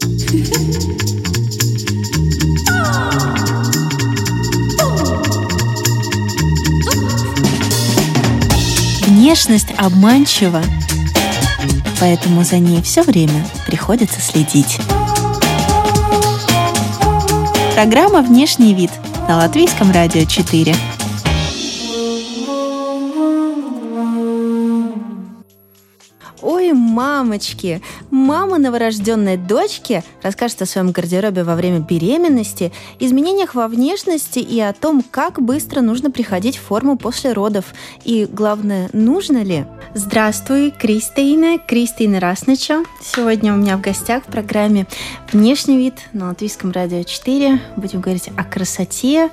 Внешность обманчива, поэтому за ней все время приходится следить. Программа «Внешний вид» на Латвийском радио 4. Ой, мамочки! Мама новорожденной дочки расскажет о своем гардеробе во время беременности, изменениях во внешности и о том, как быстро нужно приходить в форму после родов. И, главное, нужно ли? Здравствуй, Кристина Расничо. Сегодня у меня в гостях в программе «Внешний вид» на Латвийском радио 4. Будем говорить о красоте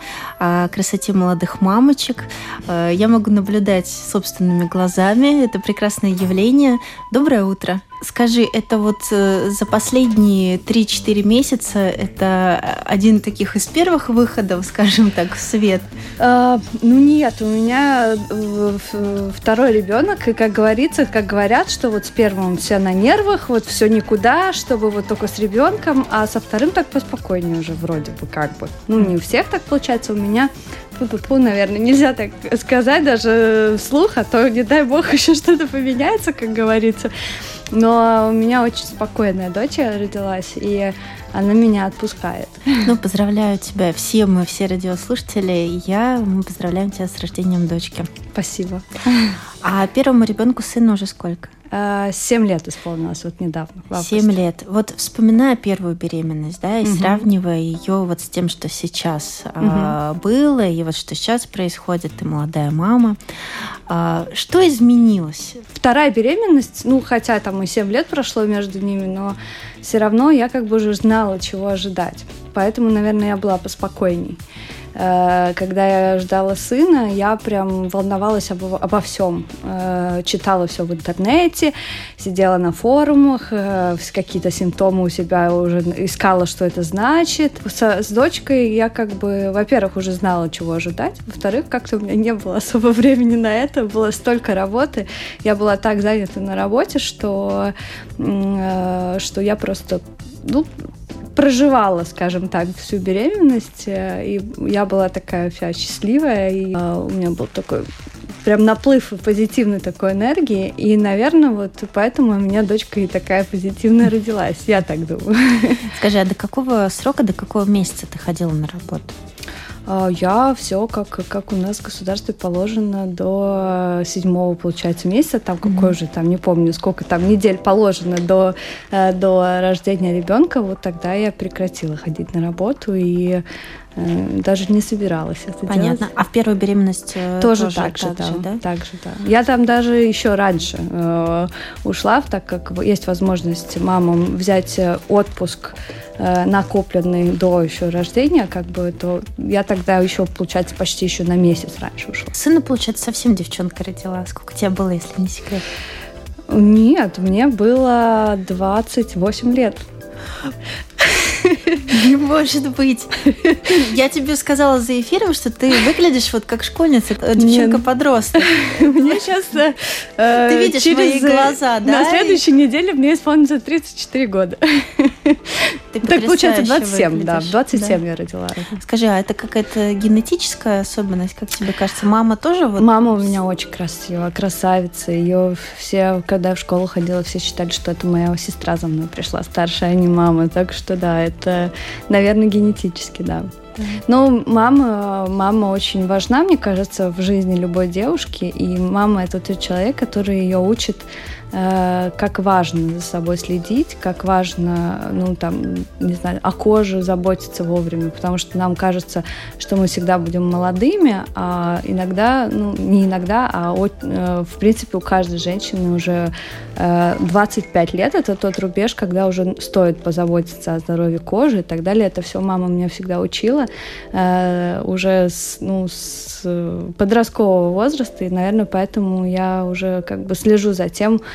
молодых мамочек. Я могу наблюдать собственными глазами это прекрасное явление. Доброе утро. Скажи, это вот за последние 3-4 месяца это один таких из первых выходов, скажем так, в свет? Нет, у меня второй ребенок, и как говорят, что вот с первым все на нервах, вот все никуда, чтобы вот только с ребенком, а со вторым так поспокойнее уже вроде бы как бы. Не у всех так получается, у меня наверное, нельзя так сказать даже вслух, а то, не дай бог, еще что-то поменяется, как говорится. Но у меня очень спокойная дочь родилась, и она меня отпускает. Поздравляю тебя, все радиослушатели. Мы поздравляем тебя с рождением дочки. Спасибо. А первому ребенку, сыну, уже сколько? 7 лет исполнилось вот недавно. 7 лет. Вот вспоминая первую беременность, да, и сравнивая ее вот с тем, что сейчас было, и вот что сейчас происходит, ты молодая мама, что изменилось? Вторая беременность, хотя там и 7 лет прошло между ними, но все равно я как бы уже знала, чего ожидать. Поэтому, наверное, я была поспокойней. Когда я ждала сына, я прям волновалась обо всем. Читала все в интернете, сидела на форумах, какие-то симптомы у себя уже искала, что это значит. С дочкой я как бы, во-первых, уже знала, чего ожидать. Во-вторых, как-то у меня не было особо времени на это. Было столько работы. Я была так занята на работе, что я просто... проживала, скажем так, всю беременность, и я была такая вся счастливая, и у меня был такой прям наплыв позитивной такой энергии, и, наверное, вот поэтому у меня дочка и такая позитивная родилась, я так думаю. Скажи, а до какого срока, до какого месяца ты ходила на работу? Я все, как у нас в государстве положено, до 7-го, получается, месяца, там какой же, там не помню, сколько там недель положено до рождения ребенка, вот тогда я прекратила ходить на работу и даже не собиралась это делать. Понятно. А в первую беременность тоже так же, да? Так же, да. Я там даже еще раньше ушла, так как есть возможность мамам взять отпуск накопленный до еще рождения, как бы, то я тогда еще, получается, почти еще на месяц раньше ушла. Сына, получается, совсем девчонка родила. Сколько тебе было, если не секрет? Нет, мне было 28 лет. Не может быть. Я тебе сказала за эфиром, что ты выглядишь вот как школьница, девчонка-подросток. Мне сейчас... Ты видишь мои глаза, да? На следующей неделе мне исполнится 34 года. Так получается 27, да. В 27 я родила. Скажи, а это какая-то генетическая особенность, как тебе кажется? Мама тоже вот... Мама у меня очень красивая, красавица. Ее все, когда я в школу ходила, все считали, что это моя сестра за мной пришла, старшая, а не мама. Так что да, это, наверное, генетически, да. Но мама очень важна, мне кажется, в жизни любой девушки. И мама — это тот человек, который ее учит, как важно за собой следить, как важно, не знаю, о коже заботиться вовремя, потому что нам кажется, что мы всегда будем молодыми, а иногда, не иногда, а в принципе у каждой женщины уже 25 лет — это тот рубеж, когда уже стоит позаботиться о здоровье кожи и так далее. Это все мама меня всегда учила уже с подросткового возраста, и, наверное, поэтому я уже как бы слежу за тем,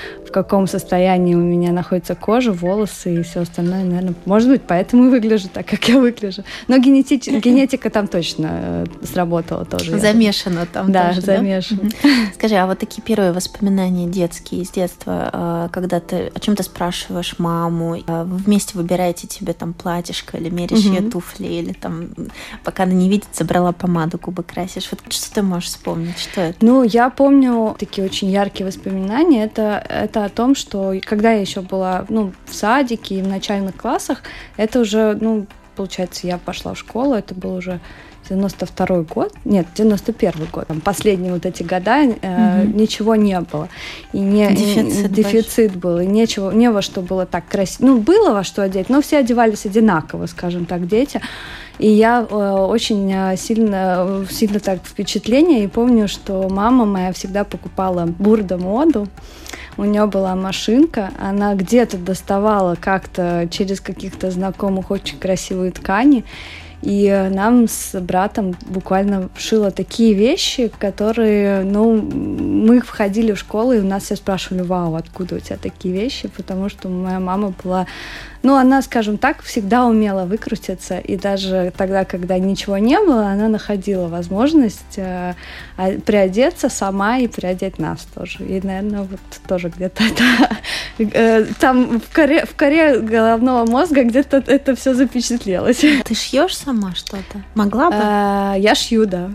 в каком состоянии у меня находится кожа, волосы и все остальное, наверное. Может быть, поэтому и выгляжу так, как я выгляжу. Но генетика там точно сработала тоже. Замешана там да, тоже, замешана. Да? Скажи, а вот такие первые воспоминания детские из детства, когда ты о чем-то спрашиваешь маму, вы вместе выбираете тебе там платьишко или меряешь ее туфли, или там, пока она не видит, забрала помаду, губы красишь. Вот что ты можешь вспомнить? Что это? Ну, я помню такие очень яркие воспоминания. Это о том, что когда я еще была в садике и в начальных классах, это уже, получается, я пошла в школу, это был уже 92-й год, нет, 91-й год. Там последние вот эти года ничего не было. И дефицит был, и не во что было так красиво. Было во что одеть, но все одевались одинаково, скажем так, дети. И я очень сильно так впечатление, и помню, что мама моя всегда покупала бурда-моду. У нее была машинка, она где-то доставала как-то через каких-то знакомых очень красивые ткани, и нам с братом буквально шила такие вещи, которые, мы входили в школу, и у нас все спрашивали: вау, откуда у тебя такие вещи? Потому что моя мама была, она, скажем так, всегда умела выкрутиться, и даже тогда, когда ничего не было, она находила возможность приодеться сама и приодеть нас тоже. И, наверное, вот тоже где-то это там в коре головного мозга где-то это все запечатлелось. Ты шьешь сама что-то? Могла бы? Я шью, да.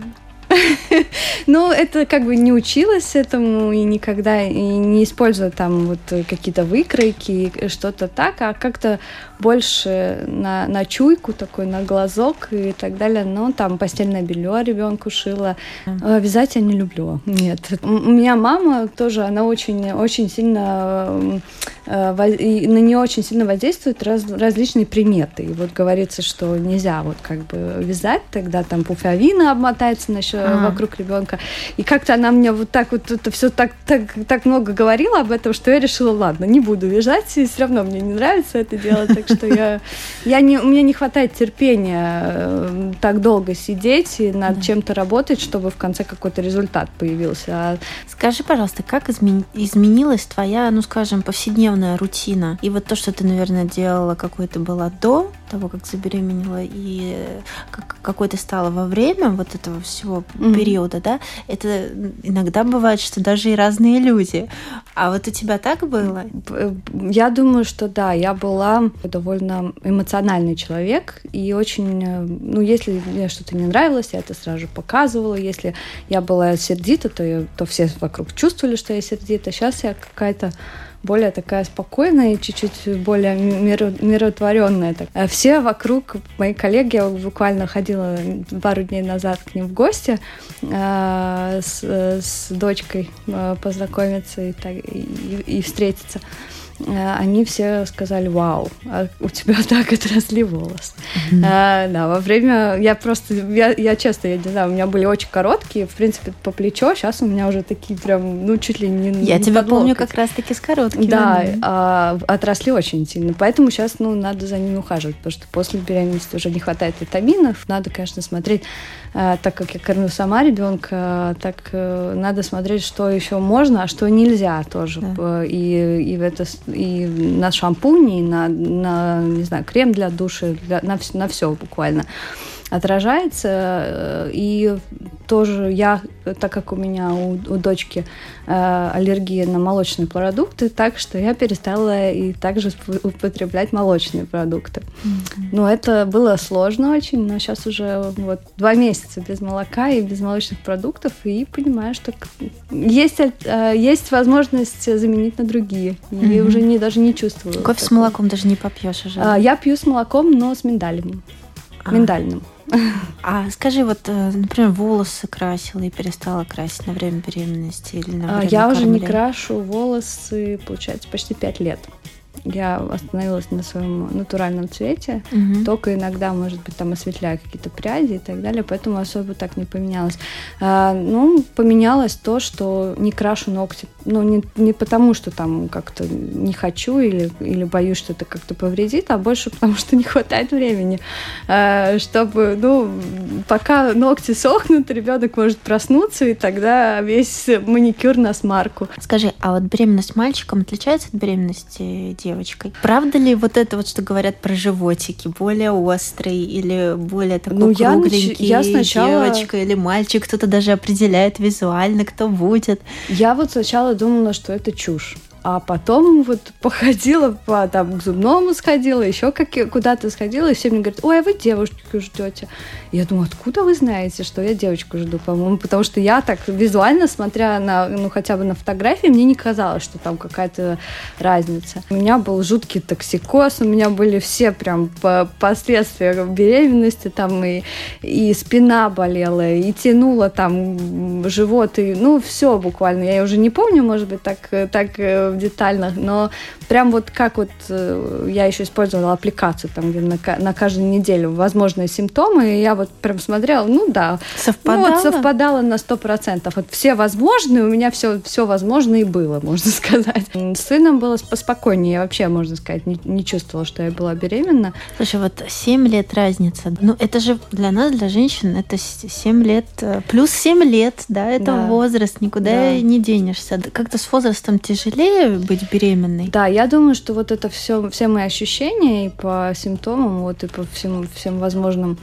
Это как бы не училась этому и никогда и не использую там вот какие-то выкройки, что-то так, а как-то больше на чуйку, такой на глазок и так далее. Там постельное белье ребенку шила. Вязать я не люблю. Нет. У меня мама тоже, она очень сильно на нее очень сильно воздействуют различные приметы. И вот говорится, что нельзя вот как бы вязать, тогда там пуфовина обмотается вокруг ребенка. И как-то она мне вот так вот это все так много говорила об этом, что я решила, ладно, не буду вязать, и все равно мне не нравится это делать, так что у меня не хватает терпения так долго сидеть и над чем-то работать, чтобы в конце какой-то результат появился. Скажи, пожалуйста, как изменилась твоя, скажем, повседневная рутина? И вот то, что ты, наверное, делала, какой ты была до того, как забеременела, и какой ты стала во время вот этого всего периода, да? Это иногда бывает, что даже и разные люди. А вот у тебя так было? Я думаю, что да, я была довольно эмоциональный человек, и очень, если мне что-то не нравилось, я это сразу же показывала. Если я была сердита, то все вокруг чувствовали, что я сердита. Сейчас я какая-то более такая спокойная и чуть-чуть более миротворенная. Все вокруг, мои коллеги, я буквально ходила пару дней назад к ним в гости с дочкой познакомиться и встретиться. Они все сказали: вау, а у тебя так отросли волосы. Во время... Я честно, я не знаю, у меня были очень короткие, в принципе, по плечо, сейчас у меня уже такие прям, чуть ли не... Я тебя помню как раз-таки с короткими. Да, отросли очень сильно, поэтому сейчас, надо за ними ухаживать, потому что после беременности уже не хватает витаминов, надо, конечно, смотреть, так как я кормлю сама ребенка, так надо смотреть, что еще можно, а что нельзя тоже. Да. И на шампунь, и на не знаю, крем для душа, на все буквально отражается. И тоже я, так как у меня у дочки аллергия на молочные продукты, так что я перестала и также употреблять молочные продукты. Это было сложно очень, но сейчас уже 2 месяца без молока и без молочных продуктов, и понимаю, что есть возможность заменить на другие. И уже даже не чувствую. Кофе такого. С молоком даже не попьешь уже? Я пью с молоком, но с миндальным. Миндальным. А скажи, например, волосы красила и перестала красить на время беременности или на время Я уже не крашу волосы, получается, почти 5 лет. я остановилась на своем натуральном цвете, только иногда, может быть, там осветляю какие-то пряди и так далее, поэтому особо так не поменялось. Поменялось то, что не крашу ногти, не потому, что там как-то не хочу или боюсь, что это как-то повредит, а больше потому, что не хватает времени, чтобы, пока ногти сохнут, ребенок может проснуться, и тогда весь маникюр на смарку. Скажи, а вот беременность мальчиком отличается от беременности девочкой? Правда ли вот это вот, что говорят про животики, более острый или более такой кругленький, я сначала... девочка или мальчик, кто-то даже определяет визуально, кто будет? Я вот сначала думала, что это чушь. А потом вот походила, к зубному сходила, еще куда-то сходила, и все мне говорят: ой, а вы девушку ждете. Я думаю, откуда вы знаете, что я девочку жду, по-моему? Потому что я так визуально, смотря на, хотя бы на фотографии, мне не казалось, что там какая-то разница. У меня был жуткий токсикоз, у меня были все прям последствия беременности, там и спина болела, и тянула там живот, и все буквально. Я уже не помню, может быть, так детально, но прям вот как вот я еще использовала аппликацию там, где на каждую неделю возможные симптомы, и я вот прям смотрела, совпадало на 100%. Вот все возможные, у меня все возможное и было, можно сказать. С сыном было поспокойнее, я вообще, можно сказать, не чувствовала, что я была беременна. Слушай, вот 7 лет разница, это же для нас, для женщин, это 7 лет, плюс 7 лет, да, это возраст, никуда не денешься. Как-то с возрастом тяжелее быть беременной? Да, я думаю, что вот это все мои ощущения и по симптомам, и по всем возможным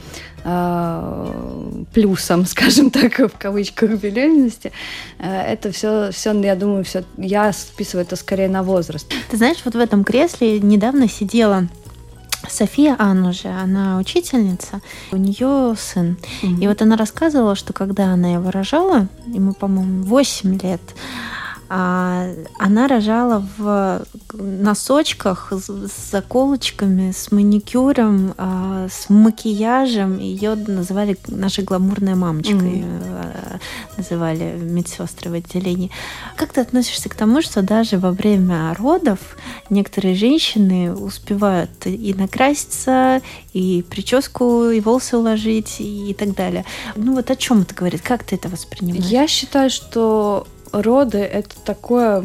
плюсам, скажем так, в кавычках, беременности, это все, я думаю, я списываю это скорее на возраст. Ты знаешь, вот в этом кресле недавно сидела София Анна же, она учительница, у нее сын. И вот она рассказывала, что когда она его рожала, ему, по-моему, 8 лет, она рожала в носочках с заколочками, с маникюром, с макияжем. Ее называли нашей гламурной мамочкой, называли медсестры в отделении. Как ты относишься к тому, что даже во время родов некоторые женщины успевают и накраситься, и прическу, и волосы уложить, и так далее? Вот о чем это говорит? Как ты это воспринимаешь? Я считаю, что роды — это такое...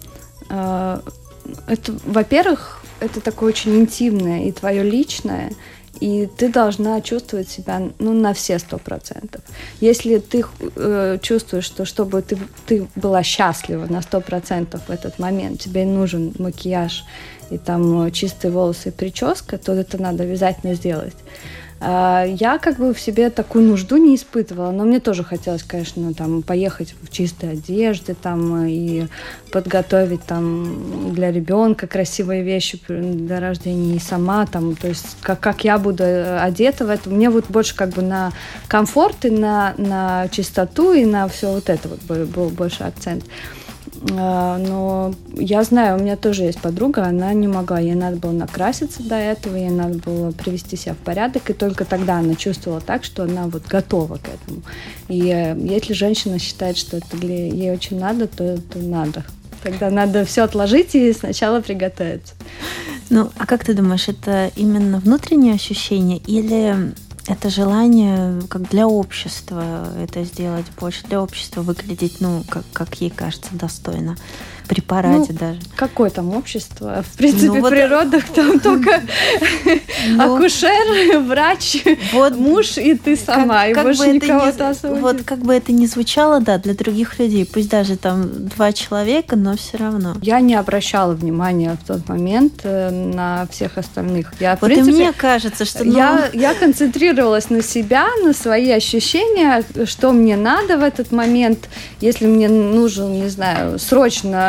во-первых, это такое очень интимное и твое личное, и ты должна чувствовать себя на все 100%. Если ты чувствуешь, что чтобы ты была счастлива на 100% в этот момент, тебе нужен макияж и там чистые волосы и прическа, то это надо обязательно сделать. Я в себе такую нужду не испытывала, но мне тоже хотелось, конечно, поехать в чистой одежде и подготовить для ребенка красивые вещи для рождения и сама то есть как я буду одета в это. Мне больше на комфорт и на чистоту и на все вот это был больше акцент. Но я знаю, у меня тоже есть подруга, она не могла, ей надо было накраситься до этого, ей надо было привести себя в порядок, и только тогда она чувствовала так, что она готова к этому. И если женщина считает, что это ей очень надо, то надо. Тогда надо все отложить и сначала приготовиться. А как ты думаешь, это именно внутреннее ощущение или это желание как для общества это сделать больше, для общества выглядеть, как ей кажется, достойно? При параде даже. Какое там общество? В принципе, при родах там только акушер, врач, муж и ты сама, и больше никого-то особо. Вот как бы это ни звучало, да, для других людей, пусть даже там 2 человека, но все равно. Я не обращала внимания в тот момент на всех остальных. В принципе, и мне кажется, что... Я концентрировалась на себя, на свои ощущения, что мне надо в этот момент. Если мне нужен, не знаю, срочно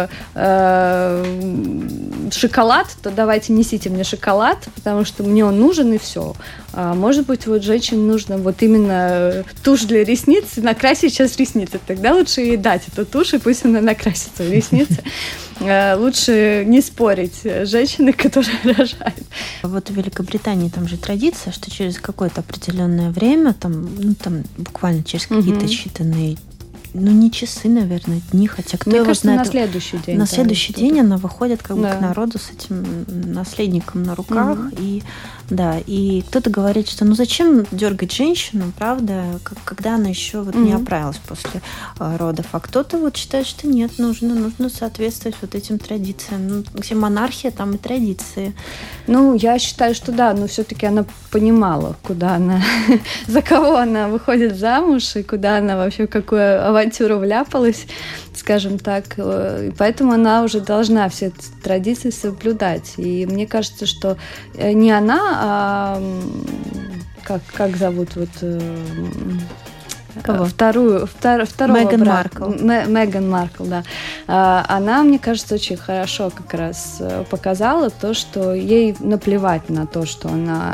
шоколад, то давайте несите мне шоколад, потому что мне он нужен, и все. Может быть, женщине нужно именно тушь для ресниц, накрасить сейчас ресницы. Тогда лучше ей дать эту тушь, и пусть она накрасится в ресницы. Лучше не спорить с женщиной, которая рожает. В Великобритании там же традиция, что через какое-то определенное время, буквально через какие-то считанные не часы, наверное, дни, хотя кто его знает. На следующий день. На следующий день она выходит как бы к народу с этим наследником на руках. И кто-то говорит, что зачем дергать женщину, правда, когда она еще не оправилась после родов. А кто-то считает, что нет, нужно соответствовать этим традициям. Где монархия, там и традиции. Я считаю, что да, но все-таки она понимала, куда она, за кого она выходит замуж и куда она вообще, в какую авантюру вляпалась, скажем так. И поэтому она уже должна все эти традиции соблюдать. И мне кажется, что не она, а как зовут кого? Второго Меган Маркл. Меган Маркл, да. Она, мне кажется, очень хорошо как раз показала то, что ей наплевать на то, что она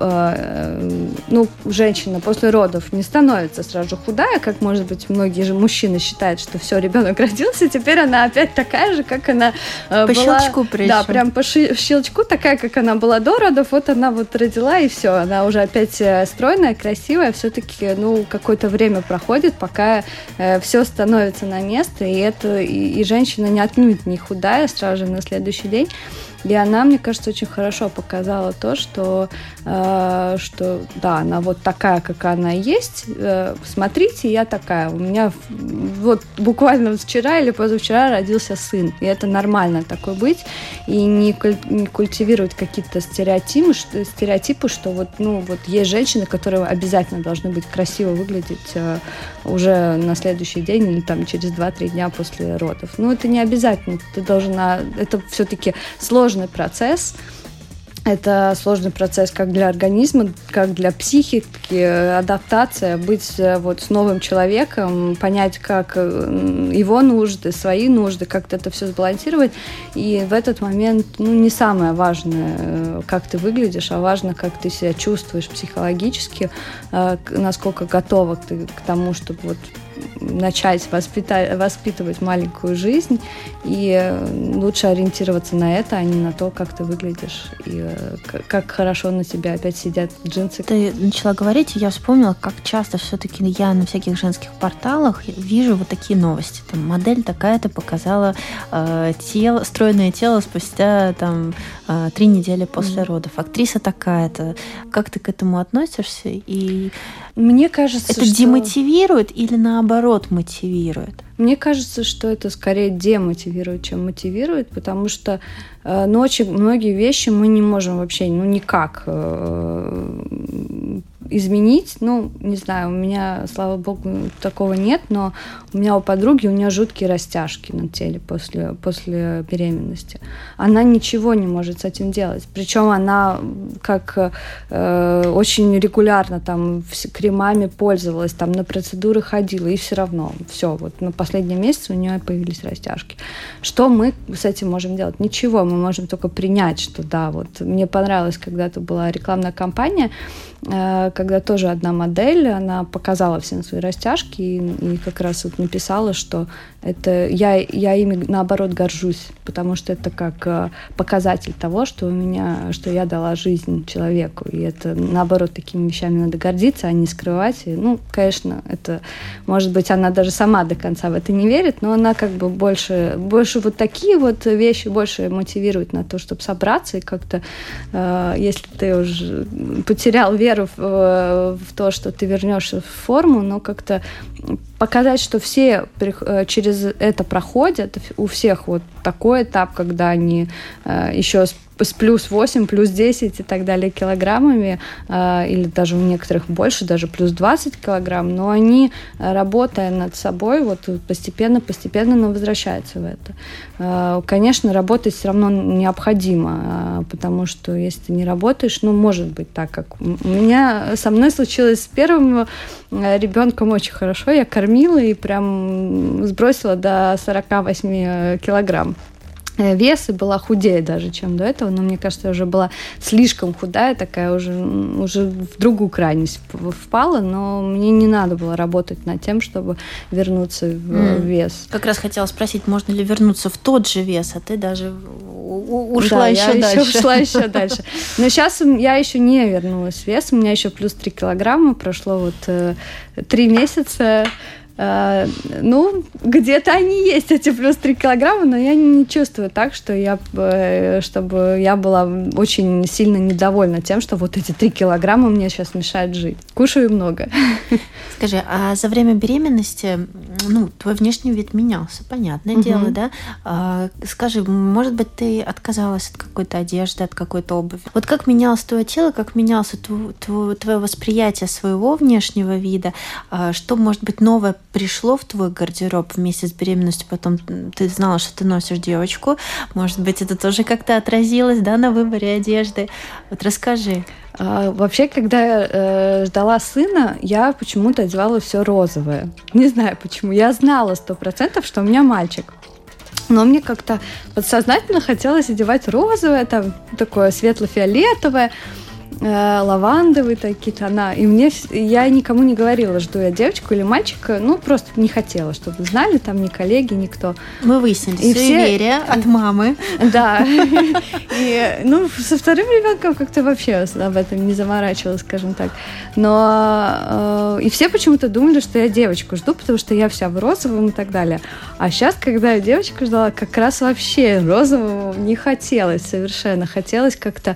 женщина после родов не становится сразу же худая, как, может быть, многие же мужчины считают, что все, ребенок родился, теперь она опять такая же, как она по щелчку причем. Да, прям по щелчку, такая, как она была до родов, она родила, и все, она уже опять стройная, красивая, все-таки, какое-то время проходит, пока все становится на место, и женщина не отнюдь не худая сразу же на следующий день. И она, мне кажется, очень хорошо показала то, что да, она такая, какая она есть. Смотрите, я такая. У меня буквально вчера или позавчера родился сын. И это нормально такой быть. И не культивировать какие-то стереотипы, что есть женщины, которые обязательно должны быть красиво выглядеть уже на следующий день или через 2-3 дня после родов. Это не обязательно. Ты должна... Это все-таки сложный процесс. Это сложный процесс как для организма, как для психики, адаптация, быть с новым человеком, понять, как его нужды, свои нужды, как-то это все сбалансировать. И в этот момент не самое важное, как ты выглядишь, а важно, как ты себя чувствуешь психологически, насколько готова ты к тому, чтобы начать воспитывать маленькую жизнь, и лучше ориентироваться на это, а не на то, как ты выглядишь и как хорошо на тебя опять сидят джинсы. Ты начала говорить, и я вспомнила, как часто все-таки я на всяких женских порталах вижу такие новости. Модель такая-то показала стройное тело спустя 3 недели после родов. Актриса такая-то. Как ты к этому относишься? И мне кажется, это демотивирует или наоборот мотивирует? Мне кажется, что это скорее демотивирует, чем мотивирует, потому что очень многие вещи мы не можем вообще никак изменить. Не знаю, у меня, слава богу, такого нет, но у меня у подруги, у нее жуткие растяжки на теле после беременности. Она ничего не может с этим делать. Причем она очень регулярно кремами пользовалась, на процедуры ходила, и все равно все. На последнем месяце у нее появились растяжки. Что мы с этим можем делать? Ничего, мы можем только принять, что да, мне понравилось, когда-то была рекламная кампания, когда тоже одна модель, она показала всем свои растяжки и как раз написала, что это я ими наоборот горжусь, потому что это как показатель того, что я дала жизнь человеку, и это наоборот такими вещами надо гордиться, а не скрывать. И, конечно, это, может быть, она даже сама до конца в это не верит, но она больше такие вещи больше мотивирует на то, чтобы собраться и как-то, если ты уже потерял веру в то, что ты вернешься в форму, но как-то показать, что все через это проходят, у всех такой этап, когда они еще с плюс 8, плюс 10 и так далее килограммами, или даже у некоторых больше, даже плюс 20 килограмм, но они, работая над собой, постепенно, но возвращаются в это. Конечно, работать все равно необходимо, потому что если ты не работаешь, может быть так, как со мной случилось с первым ребенком очень хорошо, я кормила и прям сбросила до 48 килограмм. Вес и была худее даже, чем до этого, но мне кажется, я уже была слишком худая, такая уже в другую крайность впала, но мне не надо было работать над тем, чтобы вернуться в вес. Как раз хотела спросить, можно ли вернуться в тот же вес, а ты даже ушла еще дальше. Но сейчас я еще не вернулась в вес, у меня еще плюс 3 килограмма, прошло 3 месяца. Ну, где-то они есть, эти плюс 3 килограмма, но я не чувствую так, чтобы я была очень сильно недовольна тем, что вот эти 3 килограмма мне сейчас мешают жить. Кушаю много. Скажи, а за время беременности, твой внешний вид менялся, понятное дело, да? Скажи, может быть, ты отказалась от какой-то одежды, от какой-то обуви? Вот как менялось твое тело, как менялось твое восприятие своего внешнего вида? Что, может быть, новое пришло в твой гардероб вместе с беременностью? Потом ты знала, что ты носишь девочку. Может быть, это тоже как-то отразилось, да, на выборе одежды? Вот расскажи. Вообще, когда я ждала сына, я почему-то одевала все розовое. Не знаю почему. Я знала 100%, что у меня мальчик. Но мне как-то подсознательно хотелось одевать розовое, там такое светло-фиолетовое, лавандовые такие тона. И я никому не говорила, жду я девочку или мальчика. Просто не хотела, чтобы знали, там ни коллеги, никто. Мы выяснили, суеверие от мамы. Да. И, со вторым ребенком как-то вообще об этом не заморачивалась, скажем так. Но и все почему-то думали, что я девочку жду, потому что я вся в розовом и так далее. А сейчас, когда я девочку ждала, как раз вообще розового не хотелось совершенно. Хотелось как-то...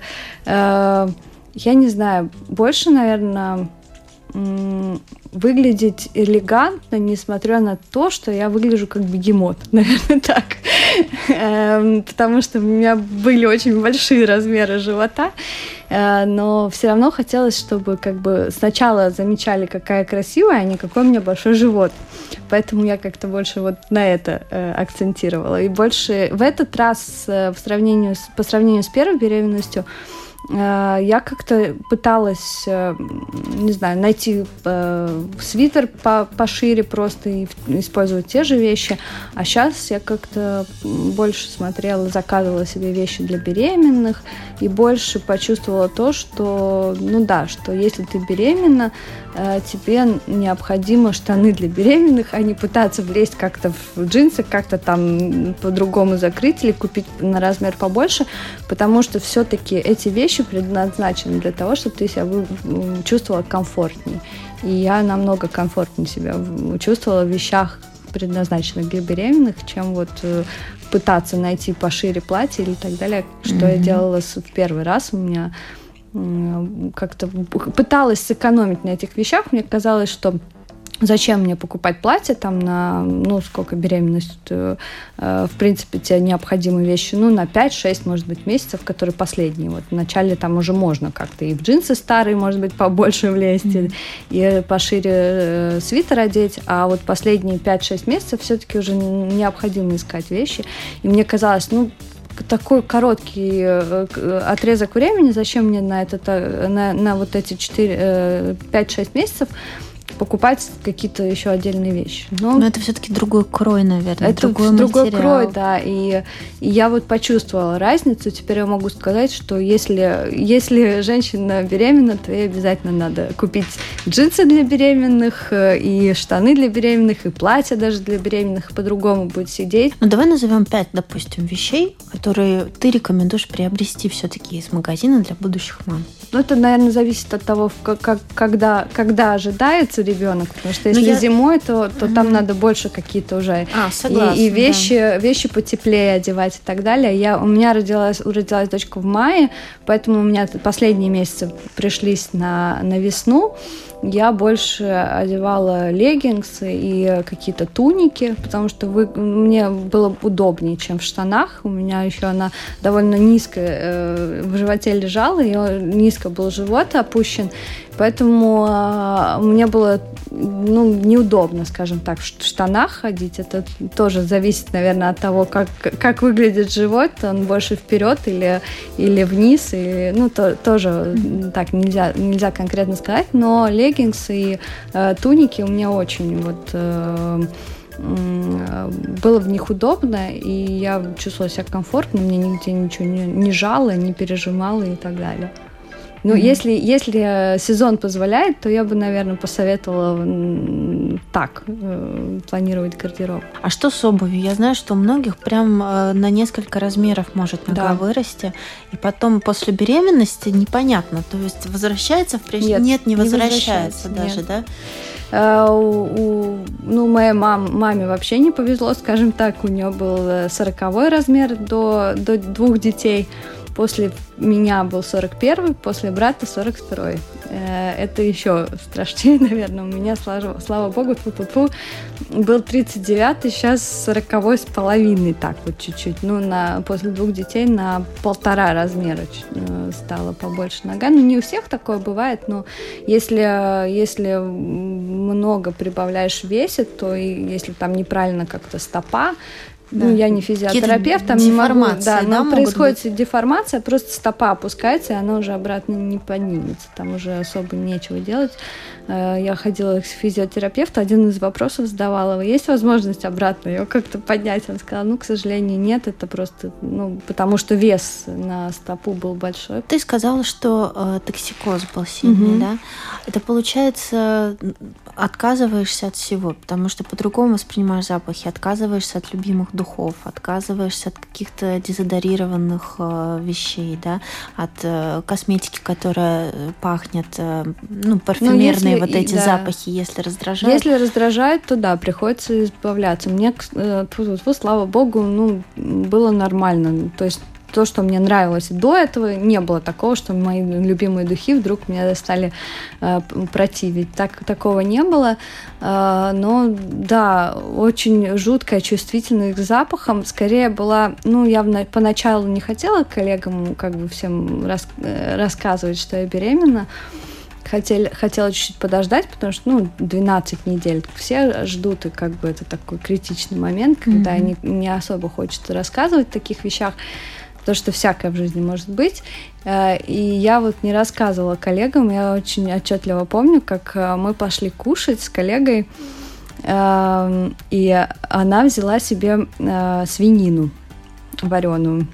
Я не знаю, больше, наверное, выглядеть элегантно, несмотря на то, что я выгляжу как бегемот, наверное, так. Потому что у меня были очень большие размеры живота, но все равно хотелось, чтобы сначала замечали, какая красивая, а не какой у меня большой живот. Поэтому я как-то больше вот на это акцентировала. И больше в этот раз по сравнению с первой беременностью я как-то пыталась, не знаю, найти свитер пошире просто и использовать те же вещи. А сейчас я как-то больше смотрела, заказывала себе вещи для беременных и больше почувствовала то, что, что если ты беременна, тебе необходимы штаны для беременных, а не пытаться влезть как-то в джинсы, как-то там по-другому закрыть или купить на размер побольше, потому что все-таки эти вещи предназначены для того, чтобы ты себя чувствовала комфортнее. И я намного комфортнее себя чувствовала в вещах, предназначенных для беременных, чем вот пытаться найти пошире платье или так далее, что я делала в первый раз. У меня как-то пыталась сэкономить на этих вещах. Мне казалось, что зачем мне покупать платье там на, сколько беременность, в принципе, тебе необходимые вещи, на 5-6, может быть, месяцев, которые последние. Вот вначале там уже можно как-то и в джинсы старые, может быть, побольше влезть, и пошире свитер одеть, а вот последние 5-6 месяцев все-таки уже необходимо искать вещи. И мне казалось, такой короткий отрезок времени, зачем мне на вот эти 5-6 месяцев покупать какие-то еще отдельные вещи. Но это все-таки другой крой, наверное. Это другой крой, да. И я вот почувствовала разницу. Теперь я могу сказать, что если женщина беременна, то ей обязательно надо купить джинсы для беременных, и штаны для беременных, и платье даже для беременных, по-другому будет сидеть. Давай назовем 5, допустим, вещей, которые ты рекомендуешь приобрести все-таки из магазина для будущих мам. Это, наверное, зависит от того, когда ожидается ребенок, потому что если зимой, то там надо больше какие-то уже согласна, и вещи потеплее одевать и так далее. У меня родилась дочка в мае, поэтому у меня последние месяцы пришлись на весну. Я больше одевала леггинсы и какие-то туники, потому что мне было удобнее, чем в штанах. У меня еще она довольно низко в животе лежала, и низко был живот опущен, поэтому мне было неудобно, скажем так, в штанах ходить. Это тоже зависит, наверное, от того, как выглядит живот, он больше вперед или вниз, тоже так нельзя конкретно сказать, но леггинсы и туники у меня очень было в них удобно, и я чувствовала себя комфортно, мне нигде ничего не жало, не пережимало и так далее. Если сезон позволяет, то я бы, наверное, посоветовала так планировать гардероб. А что с обувью? Я знаю, что у многих прям на несколько размеров может нога вырасти, и потом после беременности непонятно, то есть возвращается в прежний... Нет, не возвращается даже, нет. да? Моей маме вообще не повезло, скажем так, у нее был 40-й размер до 2 детей. После меня был 41-й, после брата 42-й. Это еще страшнее, наверное. У меня, слава богу, был 39-й, сейчас 40-й с половиной, так вот чуть-чуть. После 2 детей на 1,5 размера стало побольше нога. Не у всех такое бывает, но если много прибавляешь в весе, то и если там неправильно как-то стопа, да. Я не физиотерапевт, там не могу, но происходит деформация, просто стопа опускается, и она уже обратно не поднимется, там уже особо нечего делать. Я ходила к физиотерапевту, один из вопросов задавала: есть возможность обратно ее как-то поднять? Он сказал: к сожалению, нет, это просто, потому что вес на стопу был большой. Ты сказала, что токсикоз был сильный, да? Это получается, отказываешься от всего, потому что по-другому воспринимаешь запахи, отказываешься от любимых духов, отказываешься от каких-то дезодорированных вещей, да, от косметики, которая пахнет, парфюмерные запахи, если раздражают. Если раздражает, то да, приходится избавляться. Мне, слава богу, было нормально. То есть то, что мне нравилось до этого, не было такого, что мои любимые духи вдруг меня стали противить. Такого не было. Но да, очень жуткая чувствительность к запахам. Скорее была, я поначалу не хотела коллегам всем рассказывать, что я беременна. Хотела чуть-чуть подождать, потому что 12 недель все ждут, и это такой критичный момент, когда не особо хочется рассказывать о таких вещах, потому что всякое в жизни может быть. И я не рассказывала коллегам. Я очень отчетливо помню, как мы пошли кушать с коллегой, и она взяла себе свинину вареную.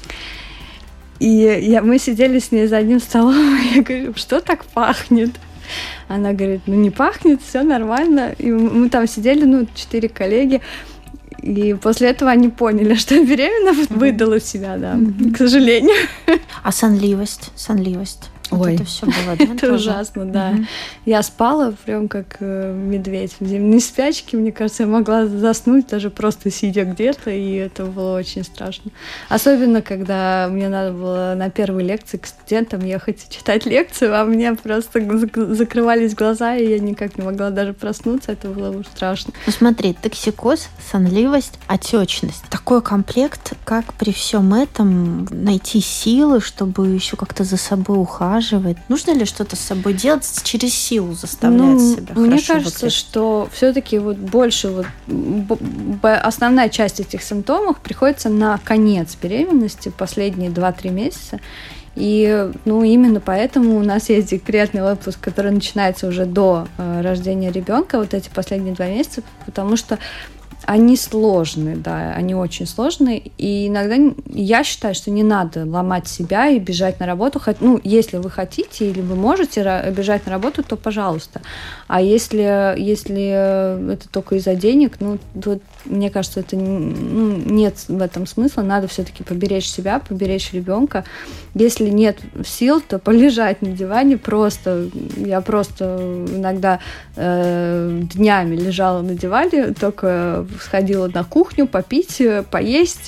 И мы сидели с ней за одним столом, и я говорю: что так пахнет? Она говорит: не пахнет, все нормально. И мы там сидели, 4 коллеги, и после этого они поняли, что я беременна, выдала себя, да, к сожалению. А сонливость? Ой, это все было, да? Это ужасно, да. Я спала прям как медведь в зимней спячке. Мне кажется, я могла заснуть даже просто сидя где-то, и это было очень страшно. Особенно, когда мне надо было на первой лекции к студентам ехать читать лекцию, а мне просто закрывались глаза, и я никак не могла даже проснуться. Это было уж страшно. Смотри, токсикоз, сонливость, отечность. Такой комплект, как при всем этом найти силы, чтобы еще как-то за собой ухаживать? Нужно ли что-то с собой делать, через силу заставлять себя? Мне кажется, что все-таки больше основная часть этих симптомов приходится на конец беременности, последние 2-3 месяца. И именно поэтому у нас есть декретный отпуск, который начинается уже до рождения ребенка, эти последние 2 месяца, потому что они сложные, да, они очень сложные, и иногда я считаю, что не надо ломать себя и бежать на работу. Если вы хотите или вы можете бежать на работу, то пожалуйста. А если это только из-за денег, то, мне кажется, это нет в этом смысла. Надо все-таки поберечь себя, поберечь ребенка. Если нет сил, то полежать на диване просто. Я просто иногда днями лежала на диване, только сходила на кухню попить, поесть,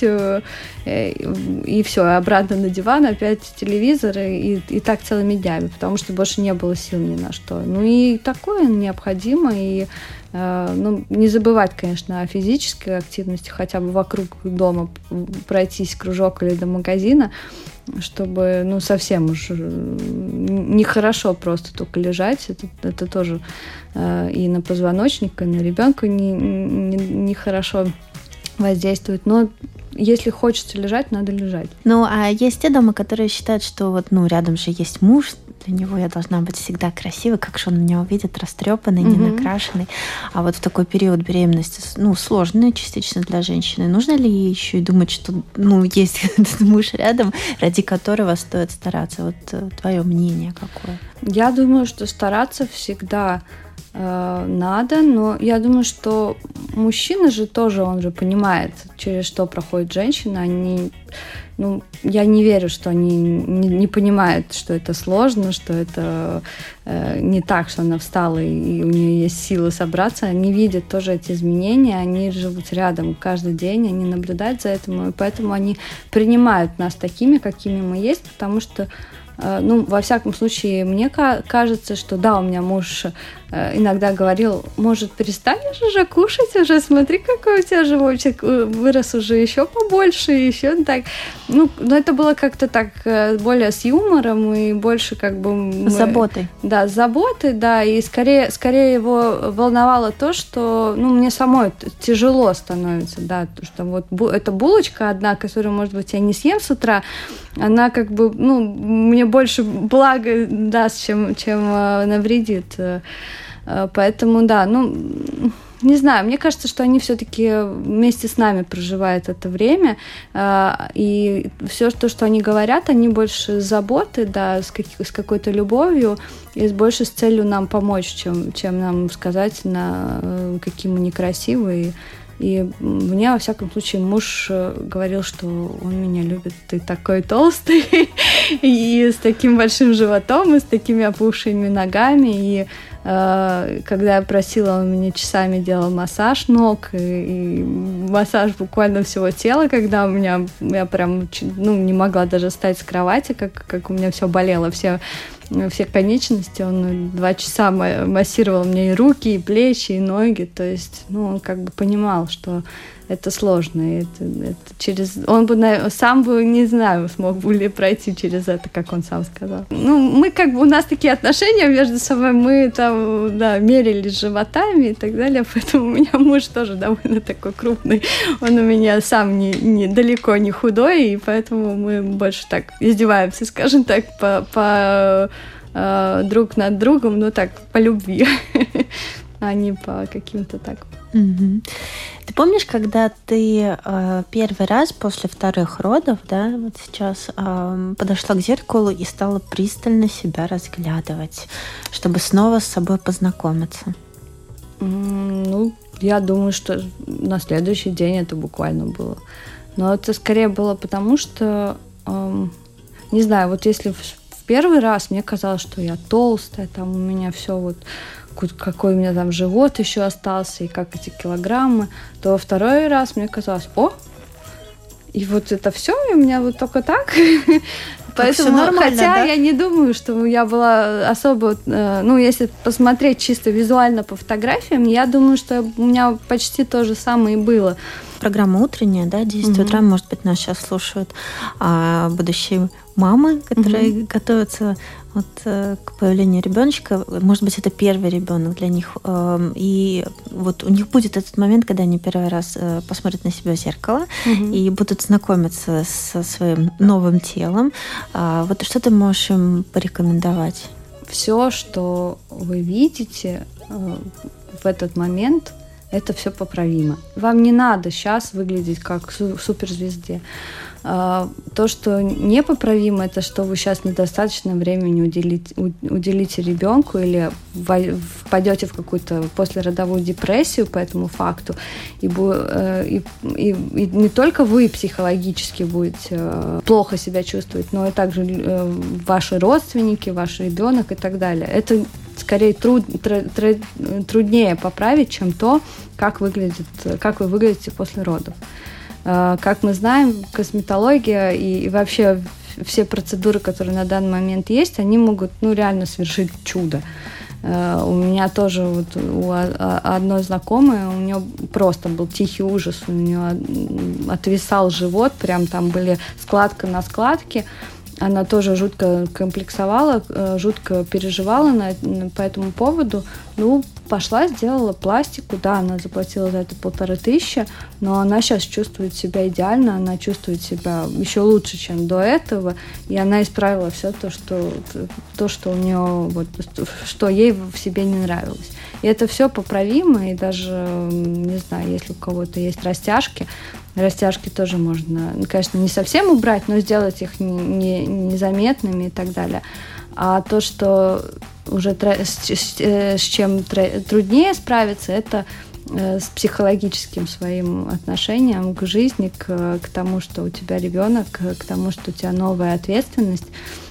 и все, обратно на диван, опять телевизор, и так целыми днями, потому что больше не было сил ни на что. И такое необходимо, и не забывать, конечно, о физической активности, хотя бы вокруг дома пройтись кружок или до магазина, чтобы совсем уж нехорошо просто только лежать. Это тоже и на позвоночник, и на ребенка нехорошо воздействует. Но если хочется лежать, надо лежать. А есть те дамы, которые считают, что рядом же есть муж, для него я должна быть всегда красивой, как же он меня увидит, растрепанный, не накрашенный. А в такой период беременности, сложный частично для женщины. Нужно ли ей еще и думать, что есть этот муж рядом, ради которого стоит стараться? Твое мнение какое? Я думаю, что стараться всегда надо, но я думаю, что мужчина же тоже, он же понимает, через что проходит женщина. Они, я не верю, что они не понимают, что это сложно, что это не так, что она встала и у нее есть силы собраться. Они видят тоже эти изменения, они живут рядом каждый день, они наблюдают за этим, и поэтому они принимают нас такими, какими мы есть, потому что во всяком случае, мне кажется, что да, у меня муж иногда говорил, может, перестанешь уже кушать уже, смотри, какой у тебя животик вырос уже еще побольше, еще так. Но это было как-то так более с юмором и больше как бы... С заботой. Да, с заботой, да, и скорее его волновало то, что, мне самой тяжело становится, да, что вот эта булочка одна, которую, может быть, я не съем с утра, она как бы, мне больше блага даст, чем навредит. Поэтому, да, не знаю, мне кажется, что они все-таки вместе с нами проживают это время, и все то, что они говорят, они больше заботы, да, с какой-то любовью и больше с целью нам помочь, чем нам сказать, какие мы некрасивые. И мне, во всяком случае, муж говорил, что он меня любит, ты такой толстый, и с таким большим животом, и с такими опухшими ногами. И когда я просила, он мне часами делал массаж ног, и массаж буквально всего тела, когда я прям не могла даже встать с кровати, как у меня все болело, все конечности. Он 2 часа массировал мне и руки, и плечи, и ноги. То есть, он как бы понимал, что это сложно. И он бы сам бы, не знаю, смог бы ли пройти через это, как он сам сказал. Мы как бы, у нас такие отношения между собой, мы там, да, мерились животами и так далее, поэтому у меня муж тоже довольно такой крупный. Он у меня сам далеко не худой, и поэтому мы больше так издеваемся, скажем так, друг над другом, но так, по любви, а не по каким-то так. Угу. Ты помнишь, когда ты первый раз после 2 родов, да, вот сейчас подошла к зеркалу и стала пристально себя разглядывать, чтобы снова с собой познакомиться? Я думаю, что на следующий день это буквально было. Но это скорее было потому, что, не знаю, вот если в первый раз мне казалось, что я толстая, там у меня все вот, какой у меня там живот еще остался, и как эти килограммы, то во второй раз мне казалось, и вот это все, и у меня вот только так. Поэтому, хотя я не думаю, что я была особо, если посмотреть чисто визуально по фотографиям, я думаю, что у меня почти то же самое и было. Программа утренняя, да, 10 утра, может быть, нас сейчас слушают будущие мамы, которые готовятся к появлению ребеночка. Может быть, это первый ребенок для них. И вот у них будет этот момент, когда они первый раз посмотрят на себя в зеркало и будут знакомиться со своим новым телом. Вот что ты можешь им порекомендовать? Все, что вы видите в этот момент, это все поправимо. Вам не надо сейчас выглядеть как суперзвезде. То, что непоправимо, это что вы сейчас недостаточно времени уделите ребенку или впадете в какую-то послеродовую депрессию по этому факту, и не только вы психологически будете плохо себя чувствовать, но и также ваши родственники, ваш ребенок и так далее. Это скорее труднее поправить, чем то, как вы выглядите после родов. Как мы знаем, косметология и вообще все процедуры, которые на данный момент есть, они могут реально совершить чудо. У меня тоже у одной знакомой, у нее просто был тихий ужас, у нее отвисал живот, прям там были складка на складке. Она тоже жутко комплексовала, жутко переживала по этому поводу. Пошла, сделала пластику, да, она заплатила за это 1500, но она сейчас чувствует себя идеально, она чувствует себя еще лучше, чем до этого, и она исправила все то, что у нее, что ей в себе не нравилось. И это все поправимо, и даже, не знаю, если у кого-то есть растяжки тоже можно, конечно, не совсем убрать, но сделать их незаметными и так далее. А то, что уже с чем труднее справиться, это с психологическим своим отношением к жизни, к тому, что у тебя ребенок, к тому, что у тебя новая ответственность.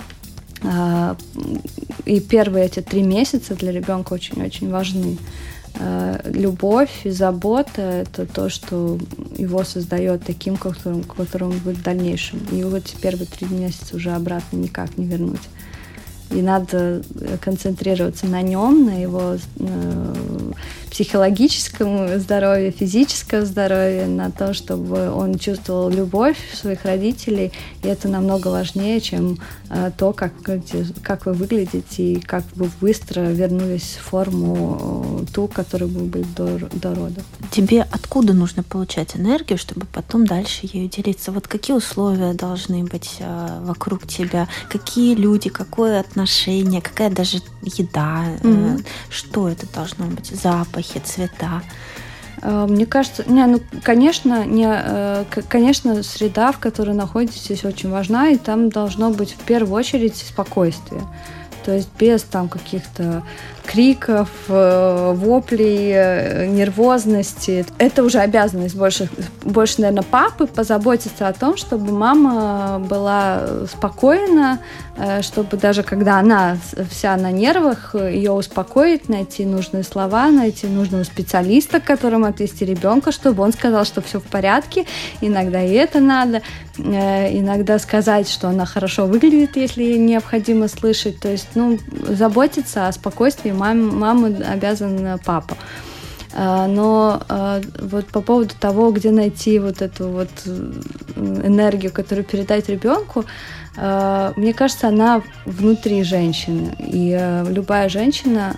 И первые эти 3 месяца для ребенка очень-очень важны. Любовь и забота – это то, что его создает таким, которым он будет в дальнейшем. И вот первые 3 месяца уже обратно никак не вернуть. И надо концентрироваться на нем, на его психологическом здоровье, физическом здоровье, на том, чтобы он чувствовал любовь своих родителей. И это намного важнее, чем то, как вы выглядите и как вы быстро вернулись в форму ту, которой вы были до родов. Тебе откуда нужно получать энергию, чтобы потом дальше ею делиться? Вот какие условия должны быть вокруг тебя? Какие люди, какое отношение, какая даже еда? Что это должно быть? Запахи, цвета? Мне кажется, конечно, среда, в которой находитесь, очень важна, и там должно быть в первую очередь спокойствие. То есть без там каких-то криков, воплей, нервозности. Это уже обязанность больше, наверное, папы позаботиться о том, чтобы мама была спокойна, чтобы даже когда она вся на нервах, ее успокоить, найти нужные слова, найти нужного специалиста, к которому отвести ребенка, чтобы он сказал, что все в порядке. Иногда и это надо. Иногда сказать, что она хорошо выглядит, если ей необходимо слышать. То есть, заботиться о спокойствии мамы обязан папа. Но вот по поводу того, где найти вот эту вот энергию, которую передать ребенку, мне кажется, она внутри женщины. И любая женщина...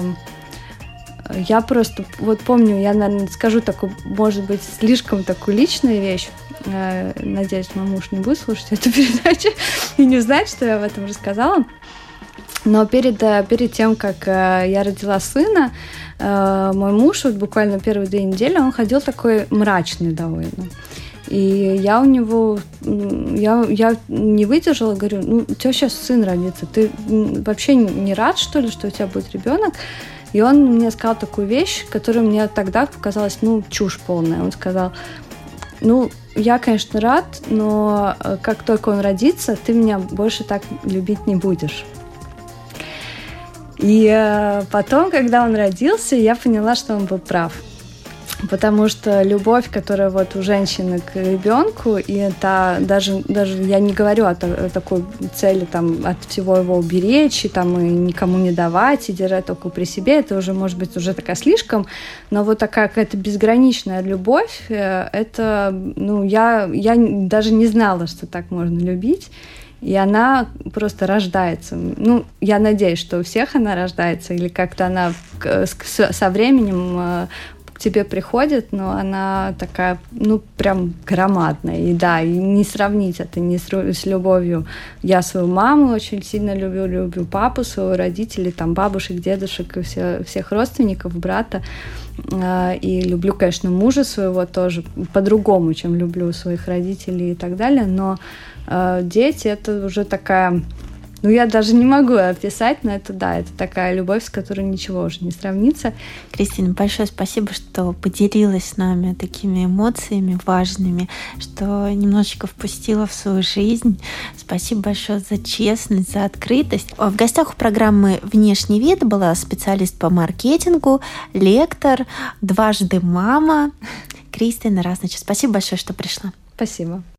Я просто помню, я, наверное, скажу такую, может быть, слишком такую личную вещь. Надеюсь, мой муж не будет слушать эту передачу и не знает, что я об этом рассказала. Но перед тем, как я родила сына, мой муж, буквально первые 2 недели, он ходил такой мрачный довольно. И я у него, я не выдержала, говорю, у тебя сейчас сын родится, ты вообще не рад, что ли, что у тебя будет ребенок? И он мне сказал такую вещь, которая мне тогда показалась, чушь полная. Он сказал, я, конечно, рад, но как только он родится, ты меня больше так любить не будешь. И потом, когда он родился, я поняла, что он был прав. Потому что любовь, которая у женщины к ребенку, и это даже я не говорю о такой цели от всего его уберечь, и никому не давать, и держать только при себе, это уже, может быть, уже такая слишком, но вот такая какая-то безграничная любовь, это, я даже не знала, что так можно любить, и она просто рождается. Я надеюсь, что у всех она рождается, или как-то она со временем к тебе приходит, но она такая, прям громадная. И да, и не сравнить это не с любовью. Я свою маму очень сильно люблю папу, своего родителей, бабушек, дедушек и всех родственников, брата. И люблю, конечно, мужа своего тоже по-другому, чем люблю своих родителей и так далее. Но дети — это уже такая... я даже не могу описать, но это такая любовь, с которой ничего уже не сравнится. Кристина, большое спасибо, что поделилась с нами такими эмоциями важными, что немножечко впустила в свою жизнь. Спасибо большое за честность, за открытость. В гостях у программы «Внешний вид» была специалист по маркетингу, лектор, дважды мама Кристина Разноча. Спасибо большое, что пришла. Спасибо.